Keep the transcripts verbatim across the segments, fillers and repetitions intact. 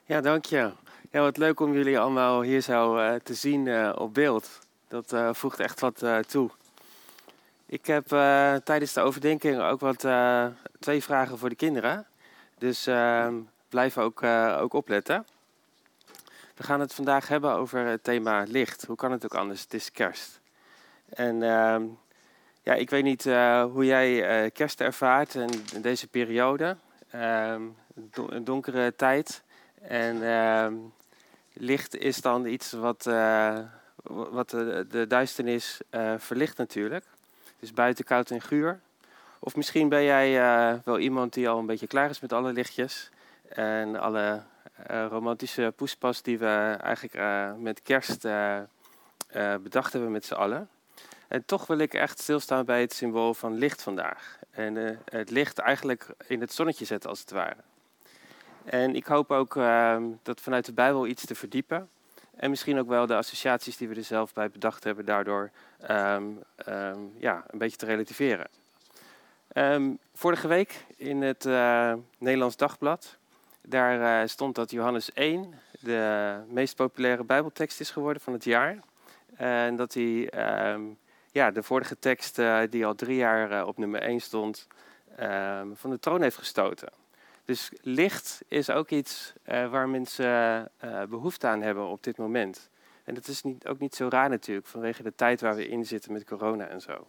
Ja, dank je. Ja, wat leuk om jullie allemaal hier zo eh, te zien eh, op beeld. Dat eh, voegt echt wat eh, toe. Ik heb eh, tijdens de overdenking ook wat eh, twee vragen voor de kinderen. Dus eh, blijf ook, eh, ook opletten. We gaan het vandaag hebben over het thema licht. Hoe kan het ook anders? Het is kerst. En ehm, ja, ik weet niet eh, hoe jij eh, kerst ervaart en in deze periode. Ehm, do- een donkere tijd. En ehm, licht is dan iets wat, eh, wat de, de duisternis eh, verlicht natuurlijk. Dus buiten koud en guur. Of misschien ben jij eh, wel iemand die al een beetje klaar is met alle lichtjes. En alle eh, romantische poespas die we eigenlijk eh, met kerst eh, eh, bedacht hebben met z'n allen. En toch wil ik echt stilstaan bij het symbool van licht vandaag. En eh, het licht eigenlijk in het zonnetje zetten als het ware. En ik hoop ook uh, dat vanuit de Bijbel iets te verdiepen. En misschien ook wel de associaties die we er zelf bij bedacht hebben, daardoor um, um, ja, een beetje te relativeren. Um, vorige week in het uh, Nederlands Dagblad, daar uh, stond dat Johannes één de meest populaire Bijbeltekst is geworden van het jaar. En dat hij um, ja, de vorige tekst uh, die al drie jaar uh, op nummer één stond, um, van de troon heeft gestoten. Dus licht is ook iets uh, waar mensen uh, behoefte aan hebben op dit moment. En dat is niet, ook niet zo raar natuurlijk, vanwege de tijd waar we in zitten met corona en zo.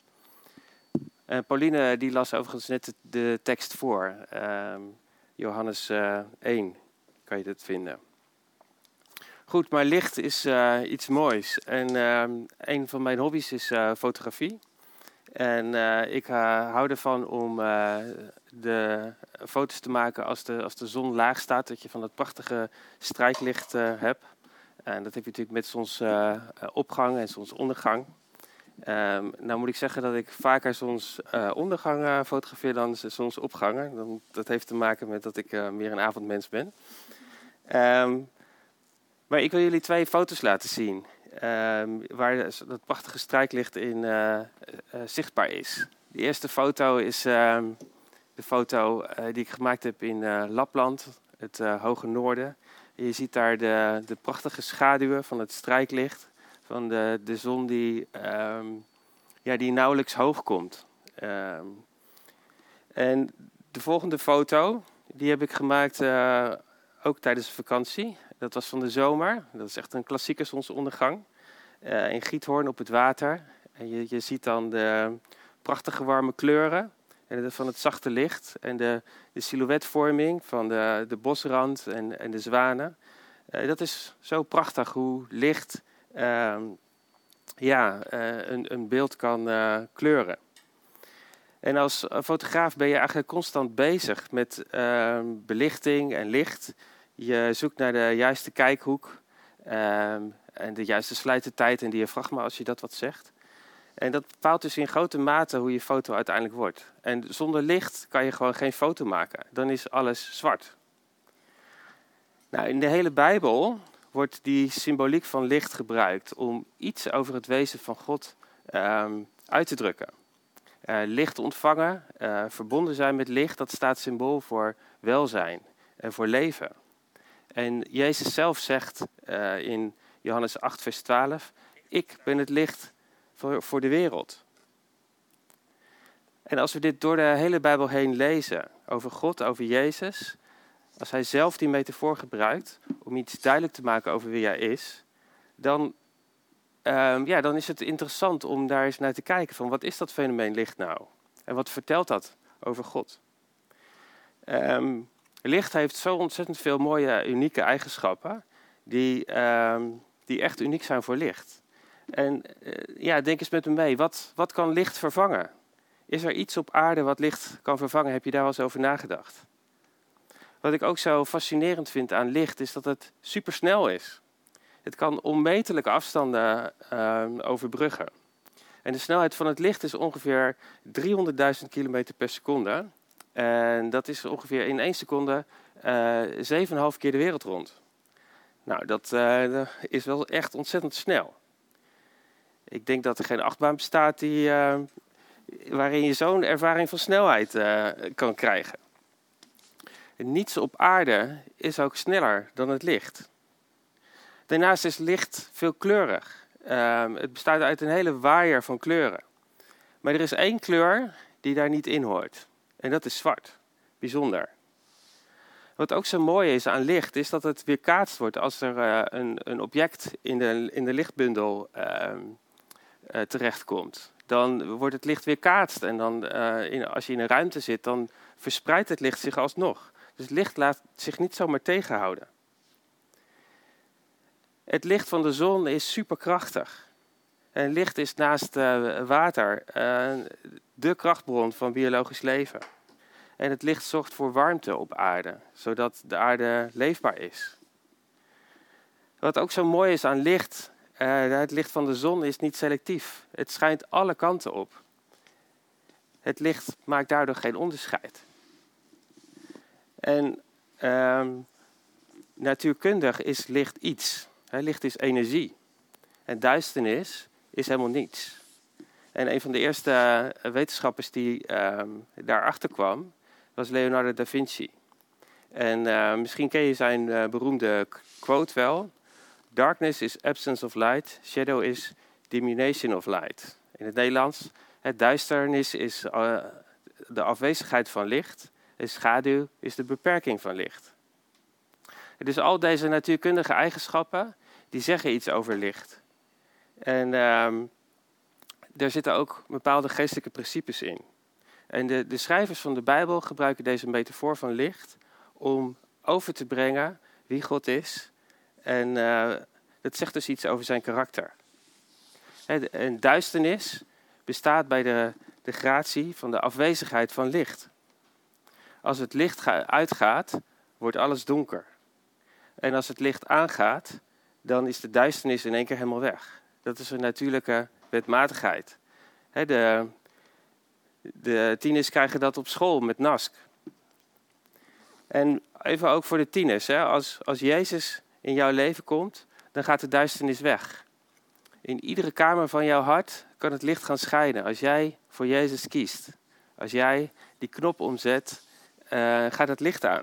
Uh, Pauline die las overigens net de, de tekst voor. Uh, Johannes uh, één kan je dat vinden. Goed, maar licht is uh, iets moois. En uh, een van mijn hobby's is uh, fotografie. En uh, ik uh, hou ervan om uh, de foto's te maken als de, als de zon laag staat. Dat je van dat prachtige strijklicht uh, hebt. En dat heb je natuurlijk met zonsopgang uh, en zonsondergang. Um, nou moet ik zeggen dat ik vaker zonsondergang uh, fotografeer dan zonsopgangen. Dan, dat heeft te maken met dat ik uh, meer een avondmens ben. Um, maar ik wil jullie twee foto's laten zien. Um, waar dat prachtige strijklicht in uh, uh, zichtbaar is. De eerste foto is uh, de foto uh, die ik gemaakt heb in uh, Lapland, het uh, hoge noorden. En je ziet daar de, de prachtige schaduwen van het strijklicht, van de, de zon die, um, ja, die nauwelijks hoog komt. Um, en de volgende foto, die heb ik gemaakt uh, ook tijdens de vakantie. Dat was van de zomer. Dat is echt een klassieke zonsondergang. Uh, in Giethoorn op het water. En je, je ziet dan de prachtige warme kleuren en de, van het zachte licht. En de, de silhouetvorming van de, de bosrand en, en de zwanen. Uh, dat is zo prachtig hoe licht uh, ja, uh, een, een beeld kan uh, kleuren. En als fotograaf ben je eigenlijk constant bezig met uh, belichting en licht. Je zoekt naar de juiste kijkhoek uh, en de juiste sluitertijd en diafragma, als je dat wat zegt. En dat bepaalt dus in grote mate hoe je foto uiteindelijk wordt. En zonder licht kan je gewoon geen foto maken. Dan is alles zwart. Nou, in de hele Bijbel wordt die symboliek van licht gebruikt om iets over het wezen van God uh, uit te drukken. Uh, licht ontvangen, uh, verbonden zijn met licht, dat staat symbool voor welzijn en voor leven. En Jezus zelf zegt uh, in Johannes acht vers twaalf, ik ben het licht voor, voor de wereld. En als we dit door de hele Bijbel heen lezen, over God, over Jezus, als hij zelf die metafoor gebruikt om iets duidelijk te maken over wie hij is, dan, uh, ja, dan is het interessant om daar eens naar te kijken van wat is dat fenomeen licht nou? En wat vertelt dat over God? Um, licht heeft zo ontzettend veel mooie, unieke eigenschappen die, um, die echt uniek zijn voor licht. En uh, ja, denk eens met me mee, wat, wat kan licht vervangen? Is er iets op aarde wat licht kan vervangen? Heb je daar wel eens over nagedacht? Wat ik ook zo fascinerend vind aan licht is dat het supersnel is. Het kan onmetelijke afstanden uh, overbruggen. En de snelheid van het licht is ongeveer driehonderdduizend kilometer per seconde. En dat is ongeveer in één seconde uh, zeven komma vijf keer de wereld rond. Nou, dat uh, is wel echt ontzettend snel. Ik denk dat er geen achtbaan bestaat die, uh, waarin je zo'n ervaring van snelheid uh, kan krijgen. Niets op aarde is ook sneller dan het licht. Daarnaast is licht veelkleurig. Um, het bestaat uit een hele waaier van kleuren. Maar er is één kleur die daar niet in hoort. En dat is zwart. Bijzonder. Wat ook zo mooi is aan licht, is dat het weerkaatst wordt als er uh, een, een object in de, in de lichtbundel uh, uh, terechtkomt. Dan wordt het licht weerkaatst en dan, uh, in, als je in een ruimte zit, dan verspreidt het licht zich alsnog. Dus het licht laat zich niet zomaar tegenhouden. Het licht van de zon is superkrachtig. En licht is naast uh, water uh, de krachtbron van biologisch leven. En het licht zorgt voor warmte op aarde, zodat de aarde leefbaar is. Wat ook zo mooi is aan licht, uh, het licht van de zon is niet selectief. Het schijnt alle kanten op. Het licht maakt daardoor geen onderscheid. En uh, natuurkundig is licht iets. He, licht is energie. En duisternis is helemaal niets. En een van de eerste wetenschappers die uh, daarachter kwam, was Leonardo da Vinci. En uh, misschien ken je zijn uh, beroemde quote wel. Darkness is absence of light, shadow is diminution of light. In het Nederlands, het duisternis is uh, de afwezigheid van licht. En schaduw is de beperking van licht. Dus al deze natuurkundige eigenschappen, die zeggen iets over licht. En uh, daar zitten ook bepaalde geestelijke principes in. En de, de schrijvers van de Bijbel gebruiken deze metafoor van licht om over te brengen wie God is. En uh, dat zegt dus iets over zijn karakter. En duisternis bestaat bij de, de gratie van de afwezigheid van licht. Als het licht uitgaat, wordt alles donker. En als het licht aangaat, dan is de duisternis in één keer helemaal weg. Dat is een natuurlijke wetmatigheid. De, de tieners krijgen dat op school met N A S C. En even ook voor de tieners. Hè. Als, als Jezus in jouw leven komt, dan gaat de duisternis weg. In iedere kamer van jouw hart kan het licht gaan schijnen als jij voor Jezus kiest. Als jij die knop omzet, uh, gaat het licht aan.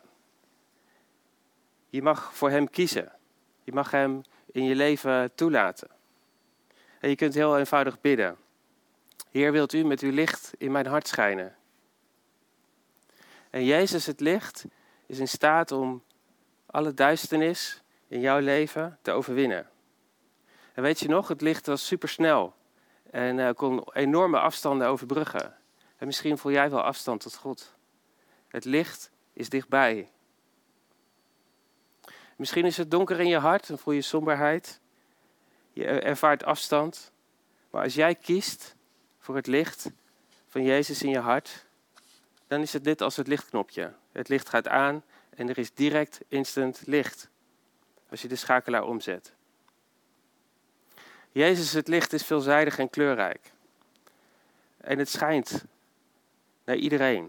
Je mag voor hem kiezen. Je mag hem in je leven toelaten. En je kunt heel eenvoudig bidden. Heer, wilt u met uw licht in mijn hart schijnen? En Jezus, het licht, is in staat om alle duisternis in jouw leven te overwinnen. En weet je nog, het licht was supersnel en uh, kon enorme afstanden overbruggen. En misschien voel jij wel afstand tot God. Het licht is dichtbij. Misschien is het donker in je hart en voel je somberheid. Je ervaart afstand. Maar als jij kiest voor het licht van Jezus in je hart, dan is het net als het lichtknopje. Het licht gaat aan en er is direct instant licht. Als je de schakelaar omzet. Jezus, het licht, is veelzijdig en kleurrijk. En het schijnt naar iedereen.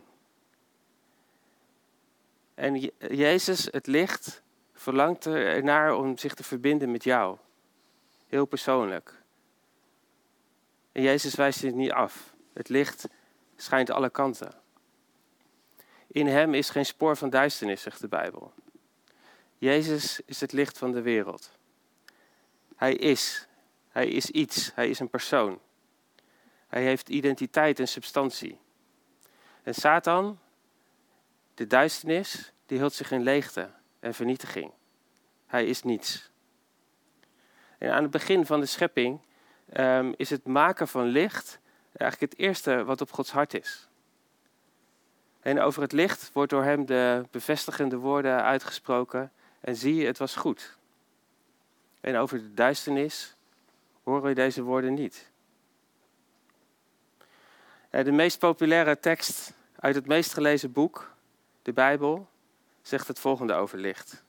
En Jezus, het licht, verlangt ernaar om zich te verbinden met jou. Heel persoonlijk. En Jezus wijst dit niet af. Het licht schijnt alle kanten. In hem is geen spoor van duisternis, zegt de Bijbel. Jezus is het licht van de wereld. Hij is. Hij is iets. Hij is een persoon. Hij heeft identiteit en substantie. En Satan, de duisternis, die hult zich in leegte en vernietiging. Hij is niets. En aan het begin van de schepping um, is het maken van licht eigenlijk het eerste wat op Gods hart is. En over het licht wordt door hem de bevestigende woorden uitgesproken. En zie, het was goed. En over de duisternis horen we deze woorden niet. De meest populaire tekst uit het meest gelezen boek, de Bijbel, zegt het volgende over licht.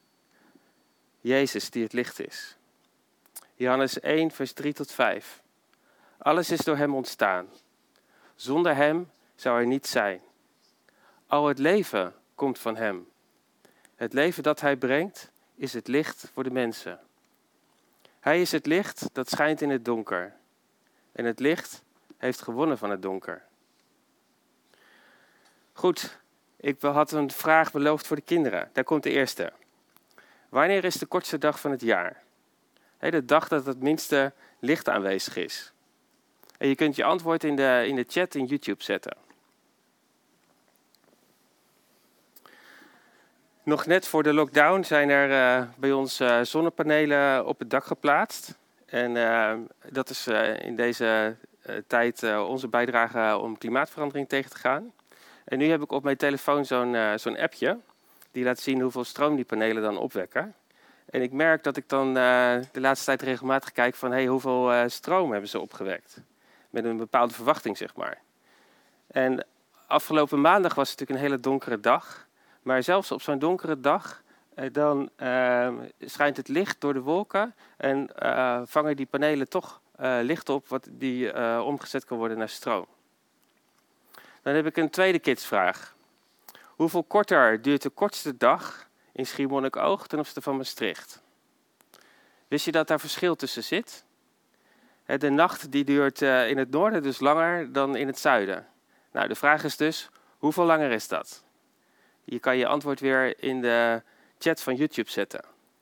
Jezus die het licht is. Johannes één, vers drie tot vijf. Alles is door hem ontstaan. Zonder hem zou er niets zijn. Al het leven komt van hem. Het leven dat hij brengt is het licht voor de mensen. Hij is het licht dat schijnt in het donker. En het licht heeft gewonnen van het donker. Goed, Ik had een vraag beloofd voor de kinderen. Daar komt de eerste. Wanneer is de kortste dag van het jaar? He, de dag dat het minste licht aanwezig is. En je kunt je antwoord in de, in de chat in YouTube zetten. Nog net voor de lockdown zijn er uh, bij ons uh, zonnepanelen op het dak geplaatst. En uh, dat is uh, in deze uh, tijd uh, onze bijdrage om klimaatverandering tegen te gaan. En nu heb ik op mijn telefoon zo'n uh, zo'n appje. Die laat zien hoeveel stroom die panelen dan opwekken. En ik merk dat ik dan uh, de laatste tijd regelmatig kijk van hey, hoeveel uh, stroom hebben ze opgewekt. Met een bepaalde verwachting, zeg maar. En afgelopen maandag was het natuurlijk een hele donkere dag. Maar zelfs op zo'n donkere dag, eh, dan uh, schijnt het licht door de wolken en uh, vangen die panelen toch uh, licht op wat die uh, omgezet kan worden naar stroom. Dan heb ik een tweede kidsvraag. Hoeveel korter duurt de kortste dag in Schiermonnikoog ten opzichte van Maastricht? Wist je dat daar verschil tussen zit? De nacht die duurt uh, in het noorden dus langer dan in het zuiden. Nou, de vraag is dus, hoeveel langer is dat? Je kan je antwoord weer in de chat van YouTube zetten.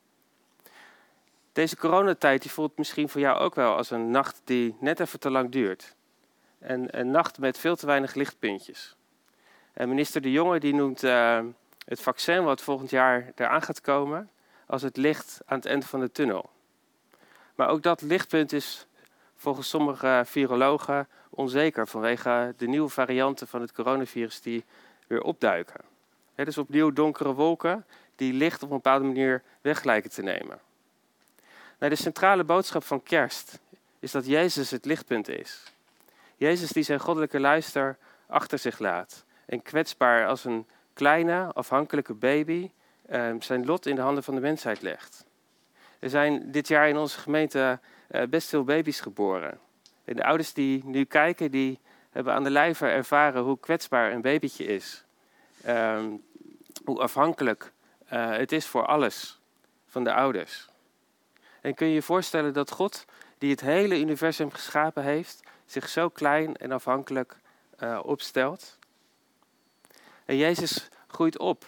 Deze coronatijd die voelt misschien voor jou ook wel als een nacht die net even te lang duurt. En een nacht met veel te weinig lichtpuntjes. En minister De Jonge die noemt uh, het vaccin wat volgend jaar eraan gaat komen als het licht aan het eind van de tunnel. Maar ook dat lichtpunt is volgens sommige virologen onzeker vanwege de nieuwe varianten van het coronavirus die weer opduiken. He, dus opnieuw donkere wolken die licht op een bepaalde manier weg lijken te nemen. Nou, de centrale boodschap van kerst is dat Jezus het lichtpunt is. Jezus die zijn goddelijke luister achter zich laat. En kwetsbaar als een kleine, afhankelijke baby eh, zijn lot in de handen van de mensheid legt. Er zijn dit jaar in onze gemeente uh, best veel baby's geboren. En de ouders die nu kijken, die hebben aan de lijve ervaren hoe kwetsbaar een babytje is. Um, hoe afhankelijk uh, het is voor alles van de ouders. En kun je je voorstellen dat God, die het hele universum geschapen heeft, zich zo klein en afhankelijk uh, opstelt? En Jezus groeit op.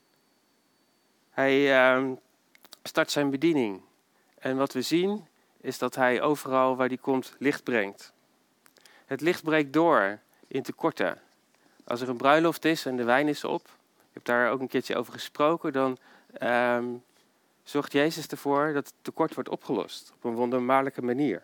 Hij uh, start zijn bediening. En wat we zien is dat hij overal waar hij komt licht brengt. Het licht breekt door in tekorten. Als er een bruiloft is en de wijn is op, ik heb daar ook een keertje over gesproken, dan uh, zorgt Jezus ervoor dat het tekort wordt opgelost op een wonderbaarlijke manier.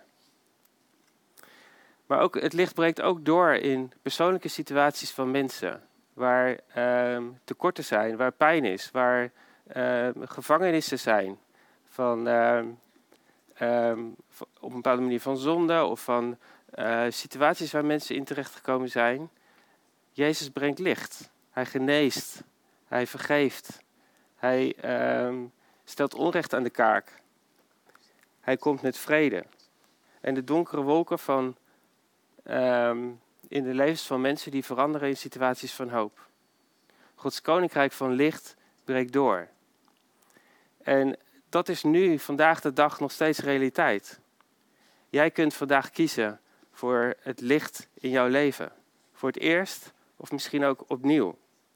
Maar ook, het licht breekt ook door in persoonlijke situaties van mensen, waar uh, tekorten zijn, waar pijn is, waar uh, gevangenissen zijn van uh, um, op een bepaalde manier van zonde of van uh, situaties waar mensen in terechtgekomen zijn. Jezus brengt licht. Hij geneest. Hij vergeeft. Hij uh, stelt onrecht aan de kaak. Hij komt met vrede. En de donkere wolken van, uh, in de levens van mensen die veranderen in situaties van hoop. Gods koninkrijk van licht breekt door. En dat is nu, vandaag de dag, nog steeds realiteit. Jij kunt vandaag kiezen voor het licht in jouw leven. Voor het eerst of misschien ook opnieuw.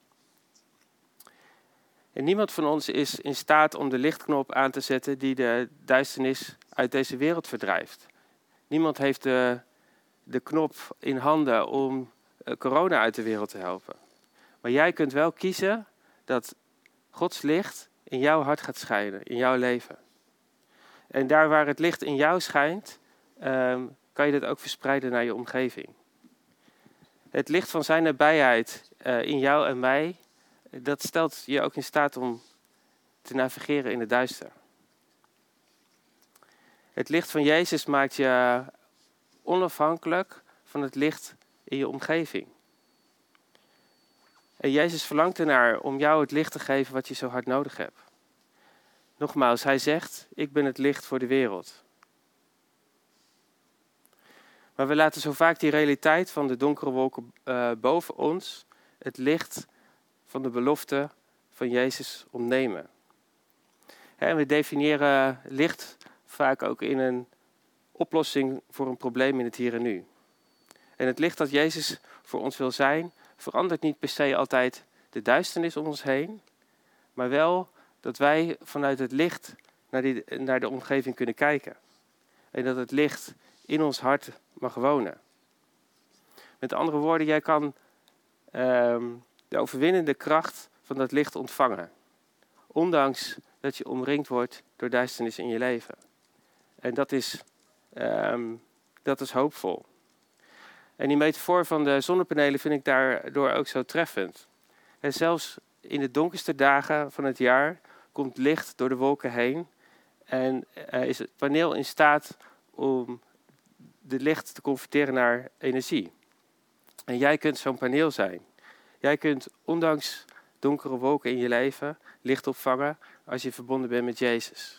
En niemand van ons is in staat om de lichtknop aan te zetten die de duisternis uit deze wereld verdrijft. Niemand heeft de, de knop in handen om corona uit de wereld te helpen. Maar jij kunt wel kiezen dat Gods licht in jouw hart gaat schijnen, in jouw leven. En daar waar het licht in jou schijnt, um, kan je dat ook verspreiden naar je omgeving. Het licht van zijn nabijheid uh, in jou en mij, dat stelt je ook in staat om te navigeren in het duister. Het licht van Jezus maakt je onafhankelijk van het licht in je omgeving. En Jezus verlangt ernaar om jou het licht te geven wat je zo hard nodig hebt. Nogmaals, hij zegt, ik ben het licht voor de wereld. Maar we laten zo vaak die realiteit van de donkere wolken uh, boven ons het licht van de belofte van Jezus ontnemen. En we definiëren licht vaak ook in een oplossing voor een probleem in het hier en nu. En het licht dat Jezus voor ons wil zijn, verandert niet per se altijd de duisternis om ons heen, maar wel dat wij vanuit het licht naar, die, naar de omgeving kunnen kijken. En dat het licht in ons hart mag wonen. Met andere woorden, jij kan um, de overwinnende kracht van dat licht ontvangen. Ondanks dat je omringd wordt door duisternis in je leven. En dat is, um, dat is hoopvol. En die metafoor van de zonnepanelen vind ik daardoor ook zo treffend. En zelfs in de donkerste dagen van het jaar komt licht door de wolken heen. En uh, is het paneel in staat om de licht te converteren naar energie. En jij kunt zo'n paneel zijn. Jij kunt ondanks donkere wolken in je leven licht opvangen als je verbonden bent met Jezus.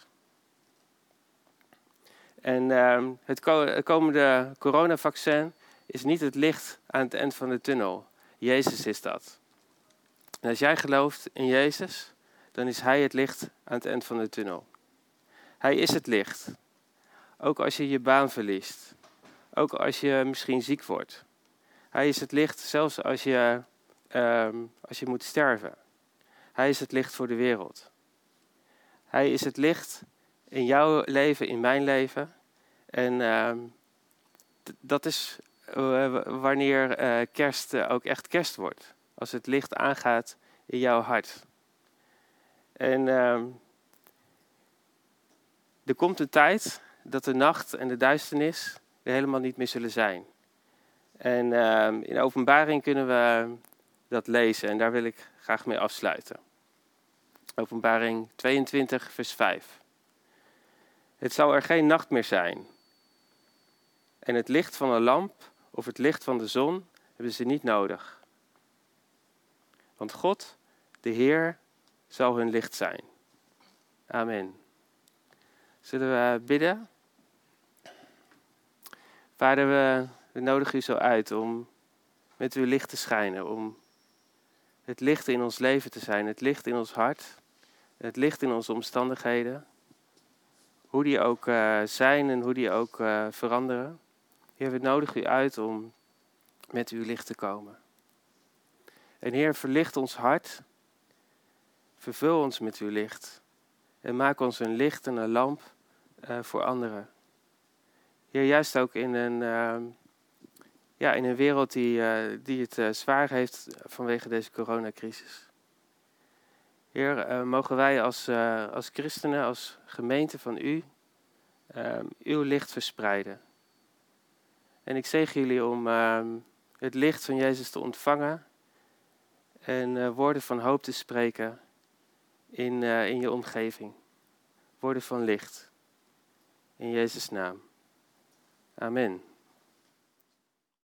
En uh, het, ko- het komende coronavaccin is niet het licht aan het eind van de tunnel. Jezus is dat. En als jij gelooft in Jezus, dan is Hij het licht aan het eind van de tunnel. Hij is het licht. Ook als je je baan verliest. Ook als je misschien ziek wordt. Hij is het licht zelfs als je, um, als je moet sterven. Hij is het licht voor de wereld. Hij is het licht in jouw leven, in mijn leven. En um, d- dat is uh, wanneer uh, kerst uh, ook echt kerst wordt. Als het licht aangaat in jouw hart. En um, er komt een tijd dat de nacht en de duisternis er helemaal niet meer zullen zijn. En uh, in Openbaring kunnen we dat lezen en daar wil ik graag mee afsluiten. Openbaring tweeëntwintig, vers vijf. Het zal er geen nacht meer zijn. En het licht van een lamp of het licht van de zon hebben ze niet nodig. Want God, de Heer, zal hun licht zijn. Amen. Zullen we bidden? Vader, we, we nodigen u zo uit om met uw licht te schijnen. Om het licht in ons leven te zijn. Het licht in ons hart. Het licht in onze omstandigheden. Hoe die ook uh, zijn en hoe die ook uh, veranderen. Heer, we nodigen u uit om met uw licht te komen. En Heer, verlicht ons hart. Vervul ons met uw licht. En maak ons een licht en een lamp uh, voor anderen. Heer, juist ook in een, uh, ja, in een wereld die, uh, die het uh, zwaar heeft vanwege deze coronacrisis. Heer, uh, mogen wij als, uh, als christenen, als gemeente van u, uh, uw licht verspreiden. En ik zegen jullie om uh, het licht van Jezus te ontvangen en uh, woorden van hoop te spreken in, uh, in je omgeving. Woorden van licht. In Jezus' naam. Amen.